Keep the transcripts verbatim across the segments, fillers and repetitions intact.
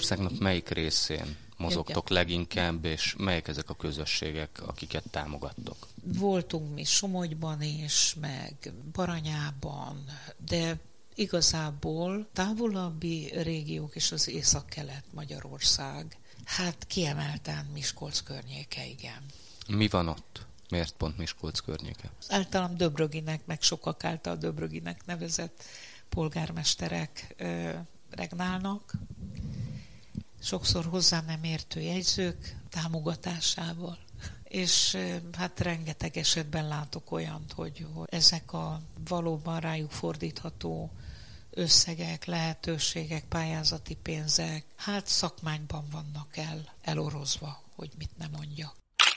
országnak melyik részén mozogtok Igen. leginkább, és melyek ezek a közösségek, akiket támogattok? Voltunk mi Somogyban is, meg Baranyában, de igazából távolabbi régiók és az észak-kelet Magyarország, hát kiemelten Miskolc környéke, igen. Mi van ott? Miért pont Miskolc környéke? Általán Döbröginek, meg sokak által Döbröginek nevezett polgármesterek ö, regnálnak. Sokszor hozzá nem értő jegyzők támogatásával. És hát rengeteg esetben látok olyant, hogy, hogy ezek a valóban rájuk fordítható összegek, lehetőségek, pályázati pénzek, hát szakmányban vannak el, elorozva, hogy mit nem mondjak.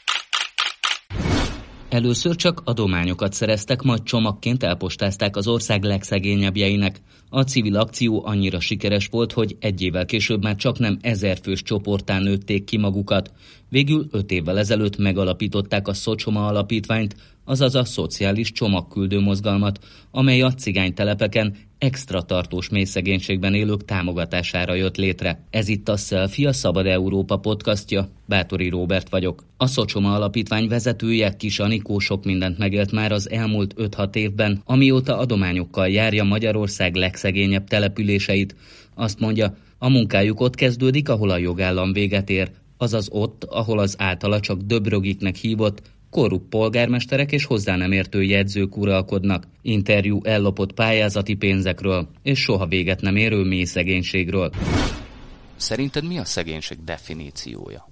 Először csak adományokat szereztek, majd csomagként elpostázták az ország legszegényebbjeinek. A civil akció annyira sikeres volt, hogy egy évvel később már csaknem ezerfős csoporttá nőtték ki magukat. Végül öt évvel ezelőtt megalapították a Szocsoma alapítványt, azaz a szociális csomagküldő mozgalmat, amely a cigánytelepeken extra tartós mélyszegénységben élők támogatására jött létre. Ez itt a Selfie, a Szabad Európa podcastja. Bátori Róbert vagyok. A Szocsoma alapítvány vezetője, Kis Anikó sok mindent megélt már az elmúlt öt-hat évben, amióta adományokkal járja Magyarország legszegényebb településeit. Azt mondja, a munkájuk ott kezdődik, ahol a jogállam véget ér, azaz ott, ahol az általa csak Döbrögiknek hívott korrupt polgármesterek és hozzá nem értő jegyzők uralkodnak. Interjú ellopott pályázati pénzekről és soha véget nem érő mély szegénységről. Szerinted mi a szegénység definíciója?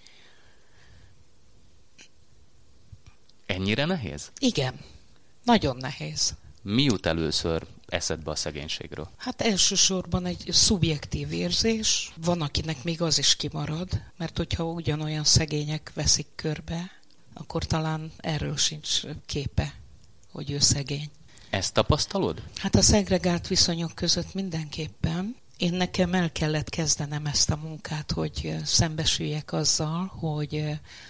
Ennyire nehéz? Igen, nagyon nehéz. Mi jut először eszedbe a szegénységről? Hát elsősorban egy szubjektív érzés. Van, akinek még az is kimarad, mert hogyha ugyanolyan szegények veszik körbe, akkor talán erről sincs képe, hogy ő szegény. Ezt tapasztalod? Hát a szegregált viszonyok között mindenképpen. Én nekem el kellett kezdenem ezt a munkát, hogy szembesüljek azzal, hogy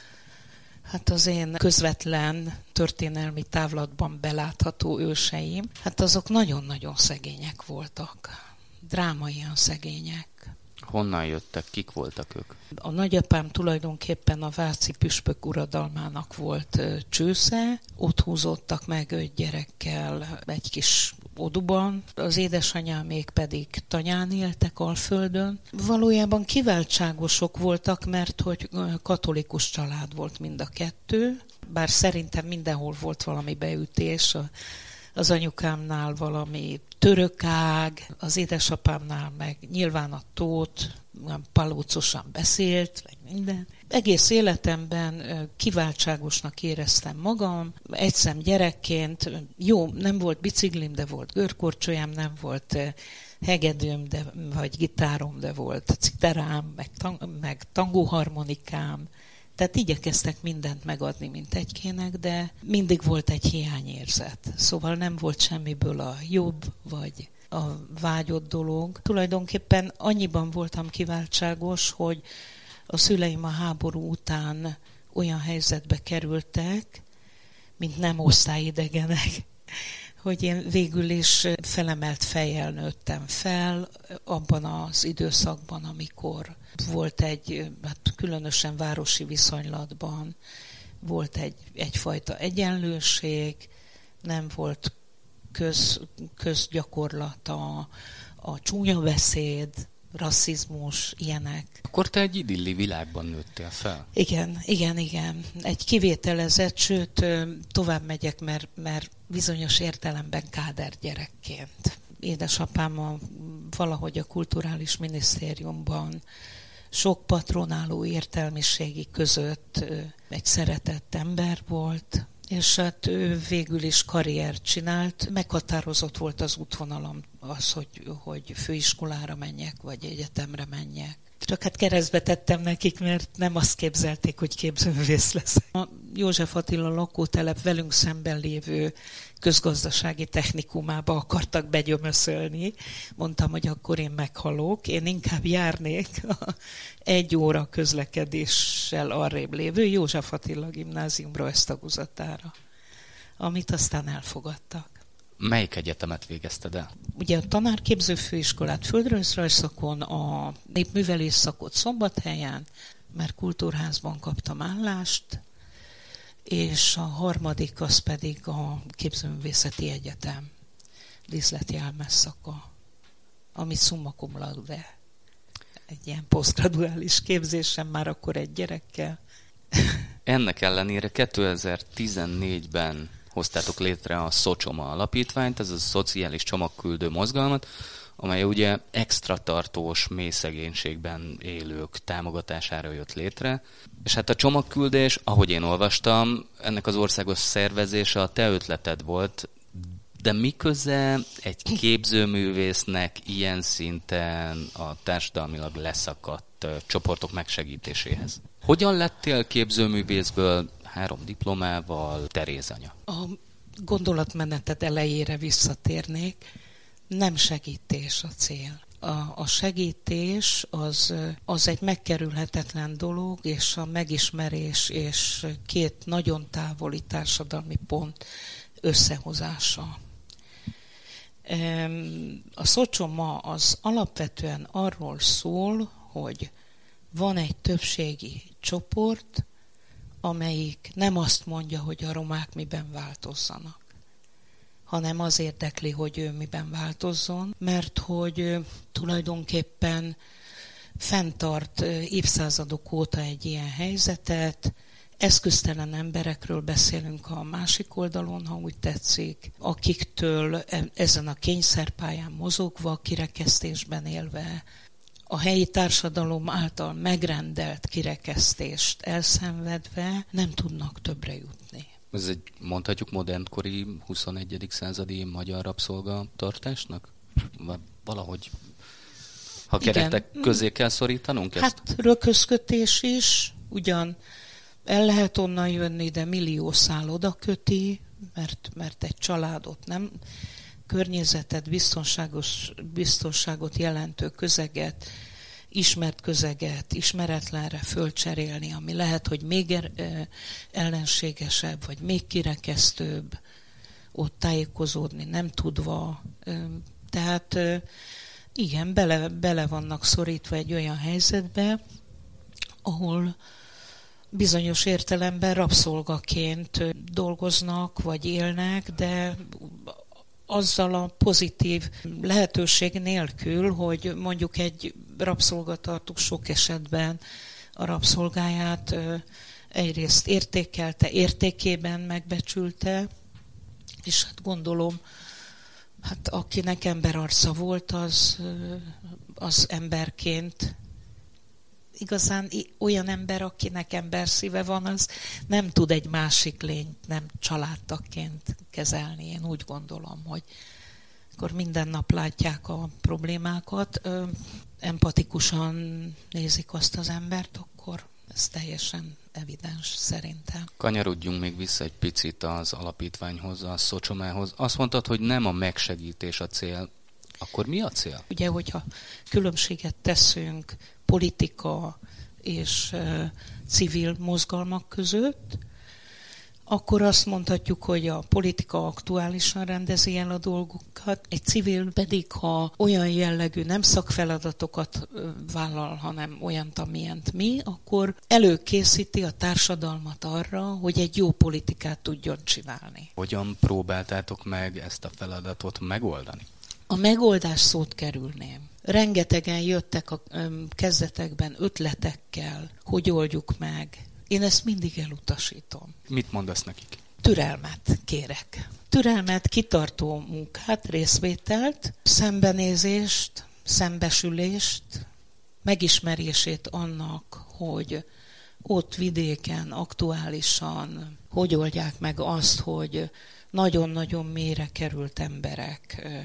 hát az én közvetlen történelmi távlatban belátható őseim, hát azok nagyon-nagyon szegények voltak. Drámaian szegények. Honnan jöttek? Kik voltak ők? A nagyapám tulajdonképpen a váci püspök uradalmának volt csősze, ott húzódtak meg öt gyerekkel egy kis oduban, az édesanyámék pedig tanyán éltek Alföldön. Valójában kiváltságosok voltak, mert hogy katolikus család volt mind a kettő, bár szerintem mindenhol volt valami beütés, az anyukámnál valami törökág, az édesapámnál meg nyilván a tót, palócosan beszélt, vagy minden. Egész életemben kiváltságosnak éreztem magam, egyszem gyerekként, jó, nem volt biciklim, de volt görkorcsolyám, nem volt hegedűm, de, vagy gitárom, de volt citerám, meg, tang- meg tangóharmonikám. Tehát igyekeztek mindent megadni, mint egykének, de mindig volt egy hiányérzet. Szóval nem volt semmiből a jobb, vagy a vágyott dolog. Tulajdonképpen annyiban voltam kiváltságos, hogy a szüleim a háború után olyan helyzetbe kerültek, mint nem osztályidegenek, hogy én végül is felemelt fejjel nőttem fel abban az időszakban, amikor volt egy, hát különösen városi viszonylatban, volt egy, egyfajta egyenlőség, nem volt köz, közgyakorlat a, a csúnya beszéd, rasszizmus, ilyenek. Akkor te egy idilli világban nőttél fel? Igen, igen, igen. Egy kivételezett, sőt, tovább megyek, mert, mert bizonyos értelemben káder gyerekként. Édesapám a, valahogy a Kulturális Minisztériumban sok patronáló értelmiségi között egy szeretett ember volt, és hát ő végül is karriert csinált. Meghatározott volt az útvonalam az, hogy, hogy főiskolára menjek, vagy egyetemre menjek. Csak hát keresztbe tettem nekik, mert nem azt képzelték, hogy képzőművész leszek. A József Attila lakótelep velünk szemben lévő közgazdasági technikumába akartak begyömöszölni. Mondtam, hogy akkor én meghalok, én inkább járnék egy óra közlekedéssel arrébb lévő József Attila gimnáziumra, ezt tagozatára, amit aztán elfogadtak. Melyik egyetemet végezted el? Ugye a tanárképző főiskolát földrajzrajz szakon, a népművelés szakot Szombathelyen, mert kultúrházban kaptam állást, és a harmadik az pedig a Képzőművészeti Egyetem díszleti elmes szaka, ami summa cum laude. Egy ilyen posztgraduális képzésem már akkor egy gyerekkel. Ennek ellenére kétezer-tizennégyben hoztátok létre a Szocsoma alapítványt, ez a szociális csomagküldő mozgalmat, amely ugye extra tartós, mély szegénységben élők támogatására jött létre. És hát a csomagküldés, ahogy én olvastam, ennek az országos szervezése a te ötleted volt, de mi köze egy képzőművésznek ilyen szinten a társadalmilag leszakadt csoportok megsegítéséhez? Hogyan lettél képzőművészből három diplomával Terézanya? A gondolatmeneted elejére visszatérnék. Nem segítés a cél. A, a segítés az, az egy megkerülhetetlen dolog, és a megismerés és két nagyon távoli társadalmi pont összehozása. A Szocsoma az alapvetően arról szól, hogy van egy többségi csoport, amelyik nem azt mondja, hogy a romák miben változzanak, hanem az érdekli, hogy ő miben változzon, mert hogy tulajdonképpen fenntart évszázadok óta egy ilyen helyzetet, eszköztelen emberekről beszélünk a másik oldalon, ha úgy tetszik, akiktől ezen a kényszerpályán mozogva, kirekesztésben élve, a helyi társadalom által megrendelt kirekesztést elszenvedve nem tudnak többre jutni. Ez egy, mondhatjuk, modernkori huszonegyedik századi magyar rabszolgatartásnak? Valahogy, ha keretek közé kell szorítanunk ezt? Hát röközkötés is, ugyan el lehet onnan jönni, de millió szál oda köti, mert, mert egy családot nem, környezetet, biztonságos, biztonságot jelentő közeget, ismert közeget, ismeretlenre fölcserélni, ami lehet, hogy még er, ellenségesebb, vagy még kirekesztőbb, ott tájékozódni nem tudva. Tehát igen, bele, bele vannak szorítva egy olyan helyzetbe, ahol bizonyos értelemben rabszolgaként dolgoznak, vagy élnek, de azzal a pozitív lehetőség nélkül, hogy mondjuk egy rabszolgatartó sok esetben a rabszolgáját egyrészt értékelte, értékében megbecsülte, és hát gondolom, hát akinek emberarca volt, az, az emberként igazán olyan ember, akinek emberszíve van, az nem tud egy másik lényt nem családtagként kezelni. Én úgy gondolom, hogy akkor minden nap látják a problémákat, ö, empatikusan nézik azt az embert, akkor ez teljesen evidens szerintem. Kanyarodjunk még vissza egy picit az alapítványhoz, a Szocsomához. Azt mondtad, hogy nem a megsegítés a cél. Akkor mi a cél? Ugye, hogyha különbséget teszünk politika és uh, civil mozgalmak között, akkor azt mondhatjuk, hogy a politika aktuálisan rendezi el a dolgokat, egy civil pedig, ha olyan jellegű nem szakfeladatokat vállal, hanem olyant, amilyent mi, akkor előkészíti a társadalmat arra, hogy egy jó politikát tudjon csinálni. Hogyan próbáltátok meg ezt a feladatot megoldani? A megoldás szót kerülném. Rengetegen jöttek a kezdetekben ötletekkel, hogy oldjuk meg. Én ezt mindig elutasítom. Mit mondasz nekik? Türelmet kérek. Türelmet, kitartó munkát, részvételt, szembenézést, szembesülést, megismerését annak, hogy ott vidéken, aktuálisan hogy oldják meg azt, hogy nagyon-nagyon mélyre került embereket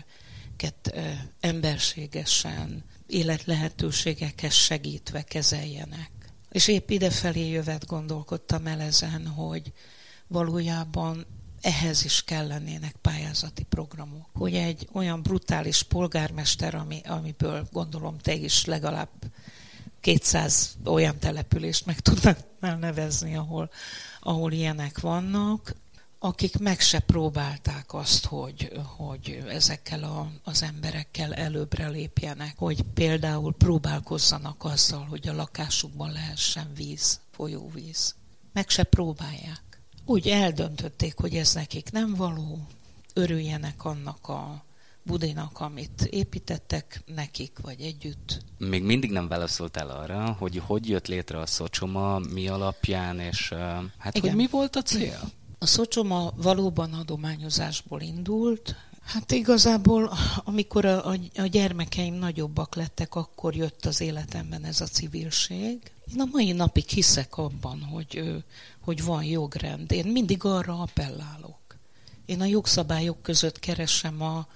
emberségesen, életlehetőségekhez segítve kezeljenek. És épp idefelé jövet gondolkodtam el ezen, hogy valójában ehhez is kellenének pályázati programok. Hogy egy olyan brutális polgármester, ami, amiből gondolom te is legalább kétszáz olyan települést meg tudnál nevezni, ahol, ahol ilyenek vannak, akik meg se próbálták azt, hogy, hogy ezekkel a, az emberekkel előbbre lépjenek, hogy például próbálkozzanak azzal, hogy a lakásukban lehessen víz, folyóvíz. Meg se próbálják. Úgy eldöntötték, hogy ez nekik nem való, örüljenek annak a budinak, amit építettek nekik, vagy együtt. Még mindig nem válaszoltál arra, hogy hogy jött létre a Szocsoma, mi alapján, és hát Igen. hogy mi volt a cél? A Szocsoma valóban adományozásból indult. Hát igazából, amikor a, a, a gyermekeim nagyobbak lettek, akkor jött az életemben ez a civilség. Én a mai napig hiszek abban, hogy, hogy van jogrend. Én mindig arra appellálok. Én a jogszabályok között keresem a,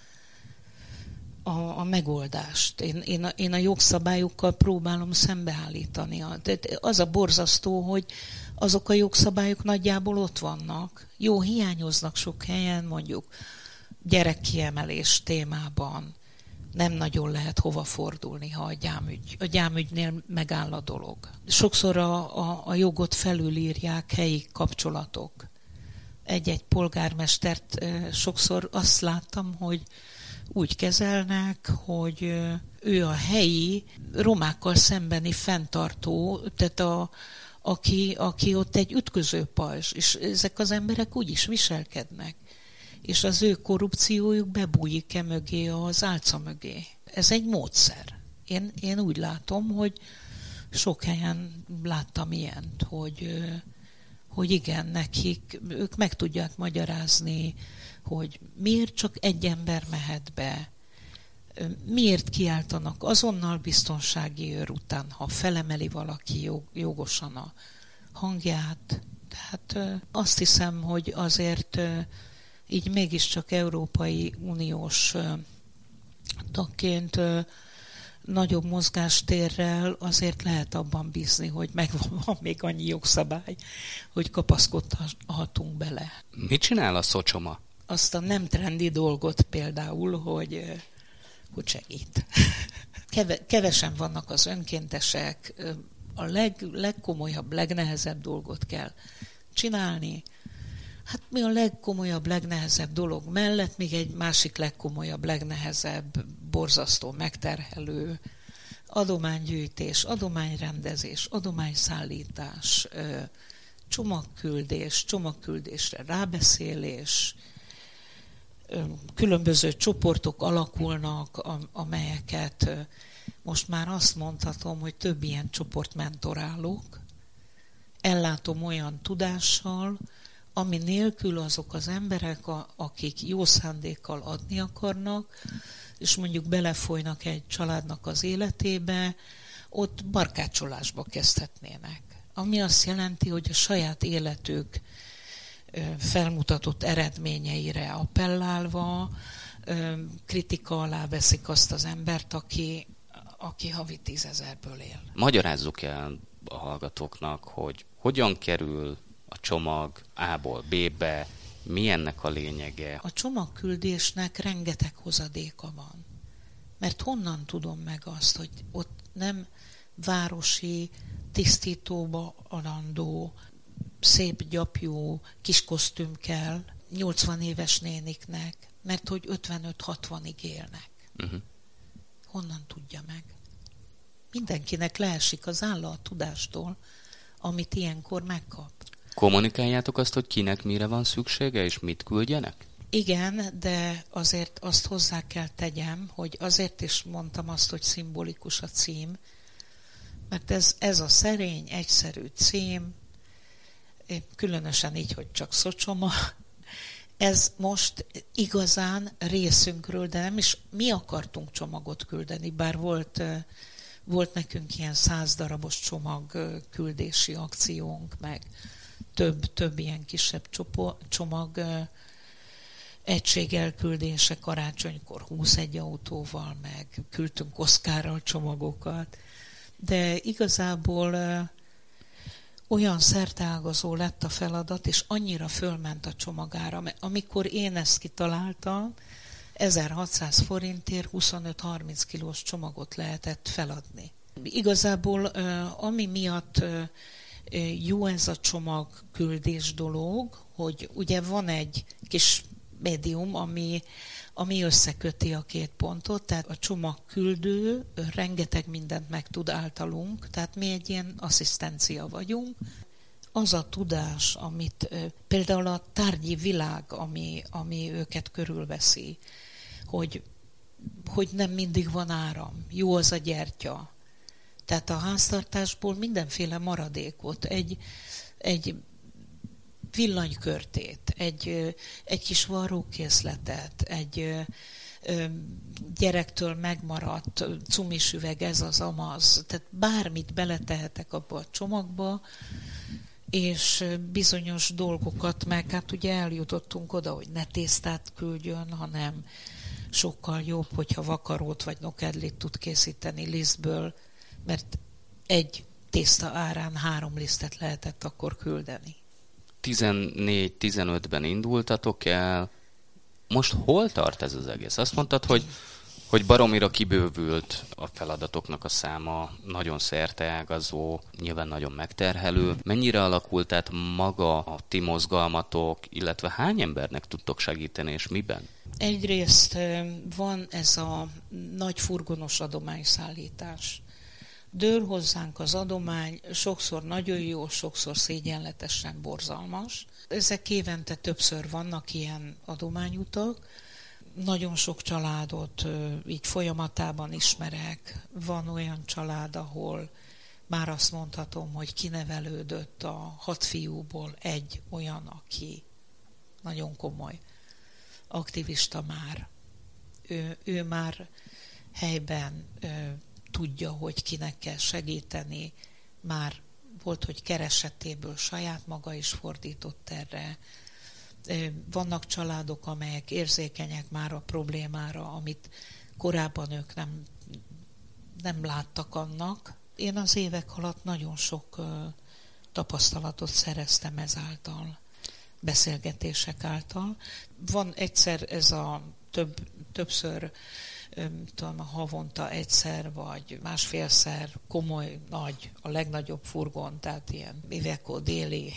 a, a megoldást. Én, én, a, én a jogszabályokkal próbálom szembeállítani. Az a borzasztó, hogy azok a jogszabályok nagyjából ott vannak. Jó, hiányoznak sok helyen, mondjuk gyerekkiemelés témában. Nem nagyon lehet hova fordulni, ha a gyámügy, a gyámügynél megáll a dolog. Sokszor a, a, a jogot felülírják helyi kapcsolatok. Egy-egy polgármestert sokszor azt láttam, hogy úgy kezelnek, hogy ő a helyi romákkal szembeni fenntartó, tehát a, aki, aki ott egy ütköző pajzs, és ezek az emberek úgy is viselkednek. És az ő korrupciójuk bebújik-e mögé az álca mögé. Ez egy módszer. Én, én úgy látom, hogy sok helyen láttam ilyent, hogy, hogy igen, nekik, ők meg tudják magyarázni, hogy miért csak egy ember mehet be, miért kiáltanak azonnal biztonsági őr után, ha felemeli valaki jog, jogosan a hangját. Tehát azt hiszem, hogy azért így mégiscsak Európai Uniós tagként nagyobb mozgástérrel azért lehet abban bízni, hogy megvan van még annyi jogszabály, hogy kapaszkodhatunk bele. Mit csinál a Szocsoma? Azt a nem trendi dolgot például, hogy, hogy segít. Keve, kevesen vannak az önkéntesek, a leg, legkomolyabb, legnehezebb dolgot kell csinálni. Hát mi a legkomolyabb, legnehezebb dolog mellett még egy másik legkomolyabb, legnehezebb, borzasztó, megterhelő adománygyűjtés, adományrendezés, adományszállítás, csomagküldés, csomagküldésre rábeszélés, különböző csoportok alakulnak, amelyeket most már azt mondhatom, hogy több ilyen csoport mentorálok, ellátom olyan tudással, ami nélkül azok az emberek, akik jó szándékkal adni akarnak, és mondjuk belefolynak egy családnak az életébe, ott barkácsolásba kezdhetnének. Ami azt jelenti, hogy a saját életük felmutatott eredményeire appellálva kritika alá veszik azt az embert, aki, aki havi tízezerből él. Magyarázzuk el a hallgatóknak, hogy hogyan kerül a csomag A-ból B-be, mi ennek a lényege? A csomagküldésnek rengeteg hozadéka van. Mert honnan tudom meg azt, hogy ott nem városi, tisztítóba alandó, szép gyapjú kis kosztüm kell nyolcvan éves néniknek, mert hogy ötvenöt-hatvanig élnek. Uh-huh. Honnan tudja meg? Mindenkinek leesik az álla a tudástól, amit ilyenkor megkap. Kommunikáljátok azt, hogy kinek mire van szüksége, és mit küldjenek? Igen, de azért azt hozzá kell tegyem, hogy azért is mondtam azt, hogy szimbolikus a cím, mert ez, ez a szerény, egyszerű cím, különösen így, hogy csak Szocsoma, ez most igazán részünkről, de nem is mi akartunk csomagot küldeni, bár volt, volt nekünk ilyen száz darabos csomagküldési akciónk, meg több, több ilyen kisebb csopo, csomag egység elküldése karácsonykor húszegy autóval, meg küldtünk Oszkárral csomagokat, de igazából olyan szerteágazó lett a feladat, és annyira fölment a csomagára, mert amikor én ezt kitaláltam, ezerhatszáz forintért huszonöt-harminc kilós csomagot lehetett feladni. Igazából ami miatt Jó ez a csomagküldés dolog, hogy ugye van egy kis médium, ami, ami összeköti a két pontot, tehát a csomagküldő rengeteg mindent meg tud általunk, tehát mi egy ilyen asszisztencia vagyunk. Az a tudás, amit például a tárgyi világ, ami, ami őket körülveszi, hogy, hogy nem mindig van áram, jó az a gyertya. Tehát a háztartásból mindenféle maradékot, egy, egy villanykörtét, egy, egy kis varrókészletet, egy gyerektől megmaradt cumis üveg, ez az amaz, tehát bármit beletehetek abba a csomagba, és bizonyos dolgokat, meg hát ugye eljutottunk oda, hogy ne tésztát küldjön, hanem sokkal jobb, hogyha vakarót vagy nokedlit tud készíteni lisztből, mert egy tészta árán három lisztet lehetett akkor küldeni. tizennégy-tizenötben indultatok el. Most hol tart ez az egész? Azt mondtad, hogy, hogy baromira kibővült a feladatoknak a száma, nagyon szerteágazó, nyilván nagyon megterhelő. Mennyire alakult át maga a ti mozgalmatok, illetve hány embernek tudtok segíteni, és miben? Egyrészt van ez a nagy furgonos adományszállítás. Dől hozzánk az adomány, sokszor nagyon jó, sokszor szégyenletesen borzalmas. Ezek évente többször vannak ilyen adományutak. Nagyon sok családot így folyamatában ismerek. Van olyan család, ahol már azt mondhatom, hogy kinevelődött a hat fiúból egy olyan, aki nagyon komoly aktivista már. Ő, ő már helyben tudja, hogy kinek kell segíteni. Már volt, hogy keresetéből saját maga is fordított erre. Vannak családok, amelyek érzékenyek már a problémára, amit korábban ők nem, nem láttak annak. Én az évek alatt nagyon sok tapasztalatot szereztem ezáltal, beszélgetések által. Van egyszer ez a több, többször tudom, havonta egyszer, vagy másfélszer komoly, nagy, a legnagyobb furgon, tehát ilyen Iveco déli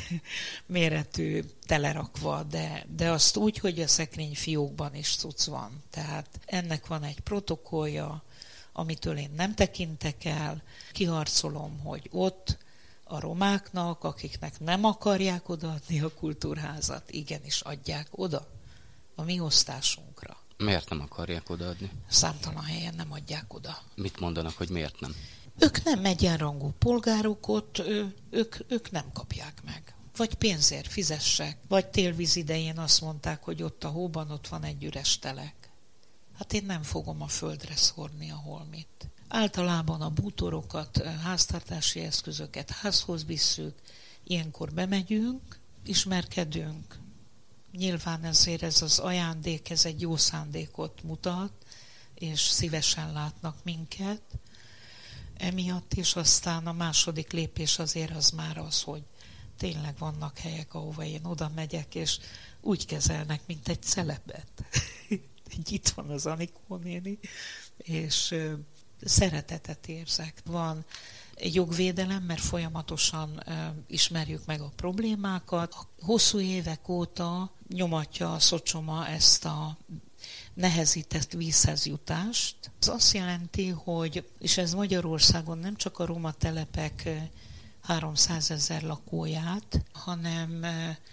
méretű telerakva, de, de azt úgy, hogy a szekrény fiókban is cucc van. Tehát ennek van egy protokollja, amitől én nem tekintek el, kiharcolom, hogy ott a romáknak, akiknek nem akarják odaadni a kultúrházat, igenis adják oda a mi osztásunkra. Miért nem akarják odaadni? Számtalan helyen nem adják oda. Mit mondanak, hogy miért nem? Ők nem egyenrangú polgárok, ott ő, ők, ők nem kapják meg. Vagy pénzért fizessek, vagy télvíz idején azt mondták, hogy ott a hóban ott van egy üres telek. Hát én nem fogom a földre szórni a holmit. Általában a bútorokat, háztartási eszközöket házhoz visszük, ilyenkor bemegyünk, ismerkedünk. Nyilván ezért ez az ajándék, ez egy jó szándékot mutat, és szívesen látnak minket. Emiatt is aztán a második lépés azért az már az, hogy tényleg vannak helyek, ahova én oda megyek, és úgy kezelnek, mint egy celebet. Itt van az Anikó néni, és szeretetet érzek. Van jogvédelem, mert folyamatosan ismerjük meg a problémákat. Hosszú évek óta nyomatja a Szocsoma ezt a nehezített vízhez jutást. Ez azt jelenti, hogy, és ez Magyarországon nem csak a roma telepek háromszázezer lakóját, hanem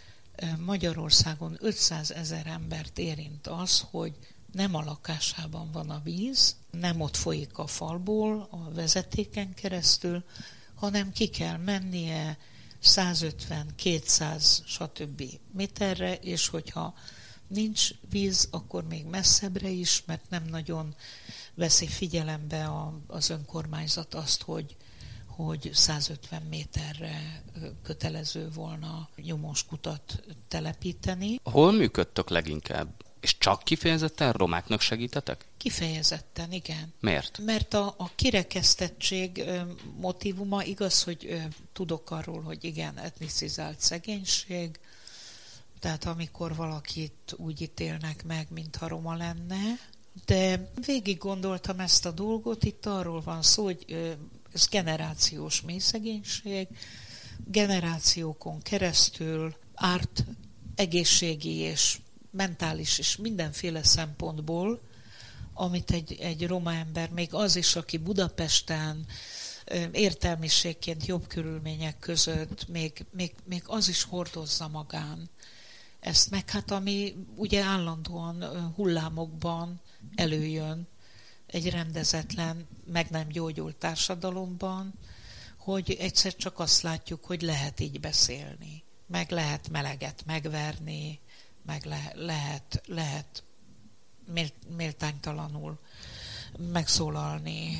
Magyarországon ötszázezer embert érint az, hogy nem a lakásában van a víz, nem ott folyik a falból, a vezetéken keresztül, hanem ki kell mennie százötven, kétszáz, stb. Méterre, és hogyha nincs víz, akkor még messzebbre is, mert nem nagyon veszi figyelembe a, az önkormányzat azt, hogy, hogy százötven méterre kötelező volna nyomós kutat telepíteni. Hol működtök leginkább? És csak kifejezetten romáknak segítetek? Kifejezetten, igen. Miért? Mert a, a kirekesztettség motívuma, igaz, hogy tudok arról, hogy igen, etnicizált szegénység, tehát amikor valakit úgy ítélnek meg, mintha roma lenne, de végig gondoltam ezt a dolgot, itt arról van szó, hogy ez generációs mélyszegénység, generációkon keresztül árt egészségi és mentális és mindenféle szempontból, amit egy, egy roma ember, még az is, aki Budapesten értelmiségként jobb körülmények között, még, még, még az is hordozza magán ezt meg, hát ami ugye állandóan hullámokban előjön egy rendezetlen, meg nem gyógyult társadalomban, hogy egyszer csak azt látjuk, hogy lehet így beszélni, meg lehet meleget megverni, meg le, lehet, lehet méltánytalanul megszólalni,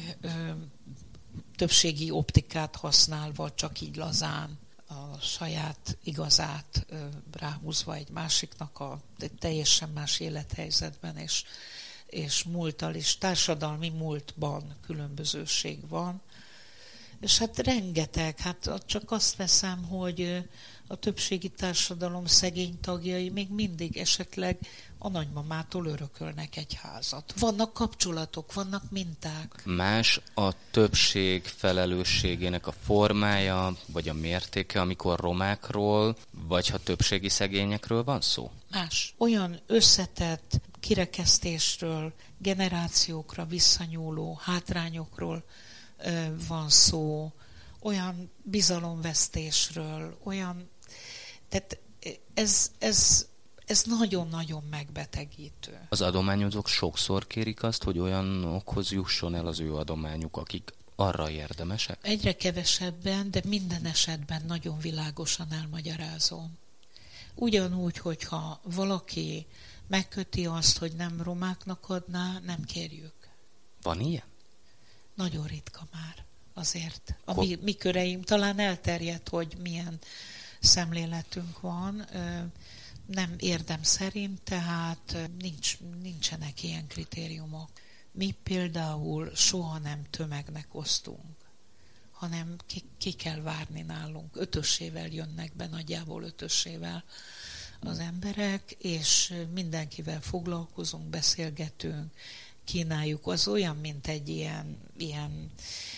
többségi optikát használva, csak így lazán, a saját igazát ráhúzva egy másiknak a egy teljesen más élethelyzetben, és, és múlttal is, társadalmi múltban különbözőség van. És hát rengeteg, hát csak azt veszem, hogy a többségi társadalom szegény tagjai még mindig esetleg a nagymamától örökölnek egy házat. Vannak kapcsolatok, vannak minták. Más a többség felelősségének a formája, vagy a mértéke, amikor romákról, vagy ha többségi szegényekről van szó? Más. Olyan összetett kirekesztésről, generációkra visszanyúló hátrányokról ö, van szó, olyan bizalomvesztésről, olyan... Tehát ez... ez Ez nagyon-nagyon megbetegítő. Az adományozók sokszor kérik azt, hogy olyanokhoz jusson el az ő adományuk, akik arra érdemesek? Egyre kevesebben, de minden esetben nagyon világosan elmagyarázom. Ugyanúgy, hogyha valaki megköti azt, hogy nem romáknak adná, nem kérjük. Van ilyen? Nagyon ritka már azért. A Ko- mi, mi köreim talán elterjedt, hogy milyen szemléletünk van, nem érdem szerint, tehát nincs, nincsenek ilyen kritériumok. Mi például soha nem tömegnek osztunk, hanem ki, ki kell várni nálunk. Ötösével jönnek be, nagyjából ötösével az emberek, és mindenkivel foglalkozunk, beszélgetünk, kínáljuk. Az olyan, mint egy ilyen, ilyen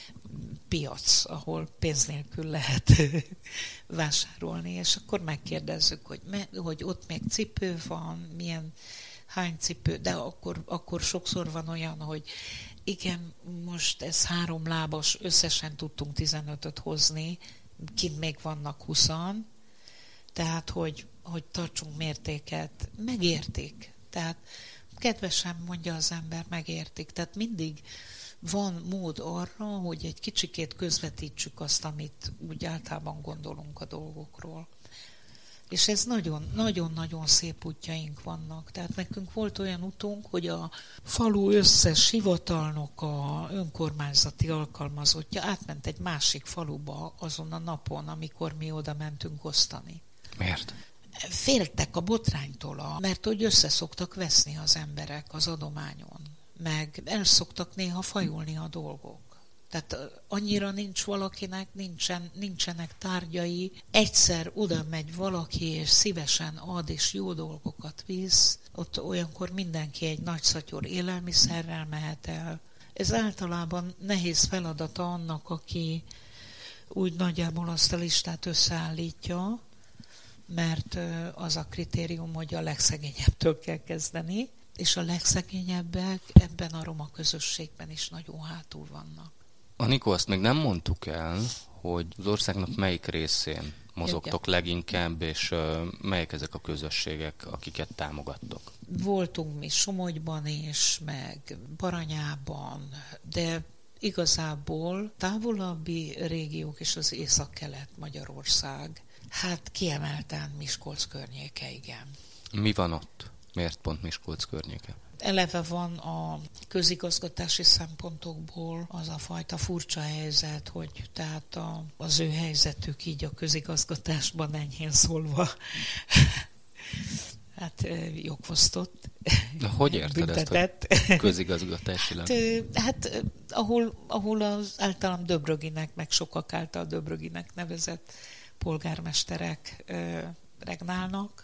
piac, ahol pénz nélkül lehet vásárolni, és akkor megkérdezzük, hogy, me, hogy ott még cipő van, milyen, hány cipő, de akkor, akkor sokszor van olyan, hogy igen, most ez három lábas, összesen tudtunk tizenötöt hozni, kint még vannak huszan, tehát, hogy, hogy tartsunk mértéket, megértik, tehát kedvesen mondja az ember, megértik, tehát mindig van mód arra, hogy egy kicsikét közvetítsük azt, amit úgy általában gondolunk a dolgokról. És ez nagyon-nagyon szép útjaink vannak. Tehát nekünk volt olyan utunk, hogy a falu összes hivatalnoka, önkormányzati alkalmazottja átment egy másik faluba azon a napon, amikor mi oda mentünk osztani. Miért? Féltek a botránytól, mert hogy össze szoktak veszni az emberek az adományon, meg el szoktak néha fajulni a dolgok. Tehát annyira nincs valakinek, nincsen, nincsenek tárgyai. Egyszer oda megy valaki, és szívesen ad, és jó dolgokat visz. Ott olyankor mindenki egy nagy szatyor élelmiszerrel mehet el. Ez általában nehéz feladata annak, aki úgy nagyjából azt a listát összeállítja, mert az a kritérium, hogy a legszegényebbtől kell kezdeni, és a legszegényebbek ebben a roma közösségben is nagyon hátul vannak. Anikó, azt még nem mondtuk el, hogy az országnak melyik részén mozogtok Igen. leginkább, és uh, melyek ezek a közösségek, akiket támogattok? Voltunk mi Somogyban is, meg Baranyában, de igazából távolabbi régiók és az észak-kelet Magyarország, hát kiemelten Miskolc környéke, igen. Mi van ott? Miért pont Miskolc környéke? Eleve van a közigazgatási szempontokból az a fajta furcsa helyzet, hogy tehát a, az ő helyzetük így a közigazgatásban enyhén szólva hát jogfosztott. De hogy érted büntetett. ezt, hogy közigazgatásilag? Hát, hát ahol, ahol az általam Döbröginek, meg sokak által Döbröginek nevezett polgármesterek ö, regnálnak,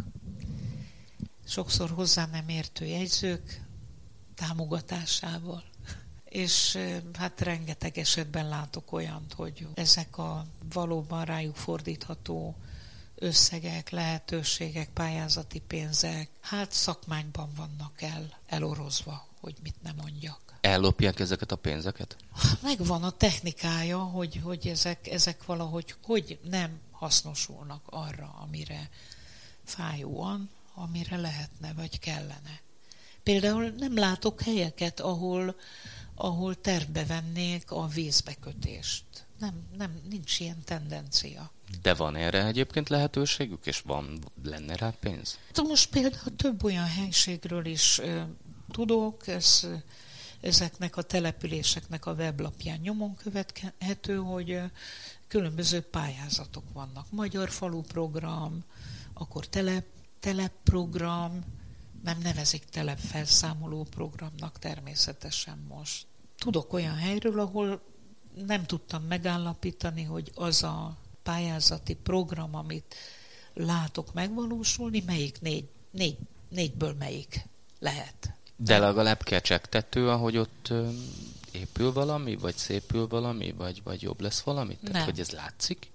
sokszor hozzá nem értő jegyzők támogatásával. és hát rengeteg esetben látok olyant, hogy ezek a valóban rájuk fordítható összegek, lehetőségek, pályázati pénzek, hát szakmányban vannak el, elorozva, hogy mit nem mondjak. Ellopják ezeket a pénzeket? Megvan a technikája, hogy, hogy ezek, ezek valahogy hogy nem hasznosulnak arra, amire fájóan, amire lehetne, vagy kellene. Például nem látok helyeket, ahol, ahol tervbe vennék a vízbekötést. Nem, nem, nincs ilyen tendencia. De van erre egyébként lehetőségük, és van, lenne rá pénz? Most például több olyan helységről is uh, tudok, ez, ezeknek a településeknek a weblapján nyomon követhető, hogy uh, különböző pályázatok vannak. Magyar falu program, akkor telep, telepprogram, nem nevezik telepfelszámoló programnak természetesen most. Tudok olyan helyről, ahol nem tudtam megállapítani, hogy az a pályázati program, amit látok megvalósulni, melyik négy, négy, négyből melyik lehet. De legalább kecsegtető, ahogy ott ö, épül valami, vagy szépül valami, vagy, vagy jobb lesz valami? Tehát, nem. hogy ez látszik?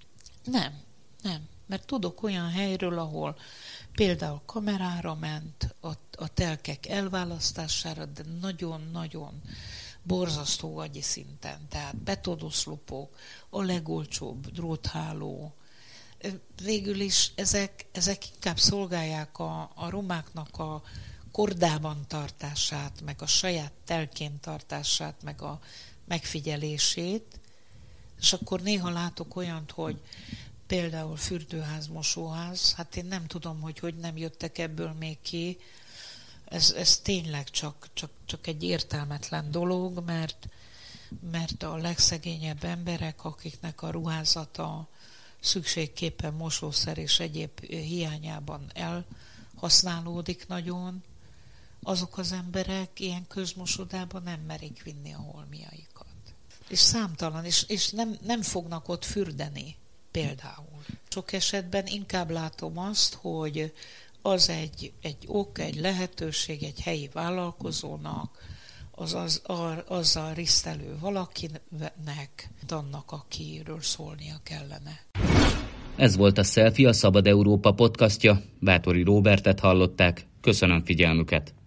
Nem, nem. Mert tudok olyan helyről, ahol például kamerára ment a, a telkek elválasztására, de nagyon-nagyon borzasztó agyi szinten. Tehát betonoszlopok, a legolcsóbb drótháló. Végül is ezek, ezek inkább szolgálják a, a romáknak a kordában tartását, meg a saját telkén tartását, meg a megfigyelését. És akkor néha látok olyant, hogy például fürdőház, mosóház, hát én nem tudom, hogy hogy nem jöttek ebből még ki. Ez, ez tényleg csak, csak, csak egy értelmetlen dolog, mert, mert a legszegényebb emberek, akiknek a ruházata szükségképpen mosószer és egyéb hiányában elhasználódik nagyon, azok az emberek ilyen közmosodában nem merik vinni a holmiaikat. És számtalan, és, és nem, nem fognak ott fürdeni például. Sok esetben inkább látom azt, hogy az egy, egy ok, egy lehetőség, egy helyi vállalkozónak, az, az, a, azzal risztelő valakinek, annak, akiről szólnia kellene. Ez volt a Selfie, a Szabad Európa podcastja. Báthori Róbertet hallották. Köszönöm figyelmüket!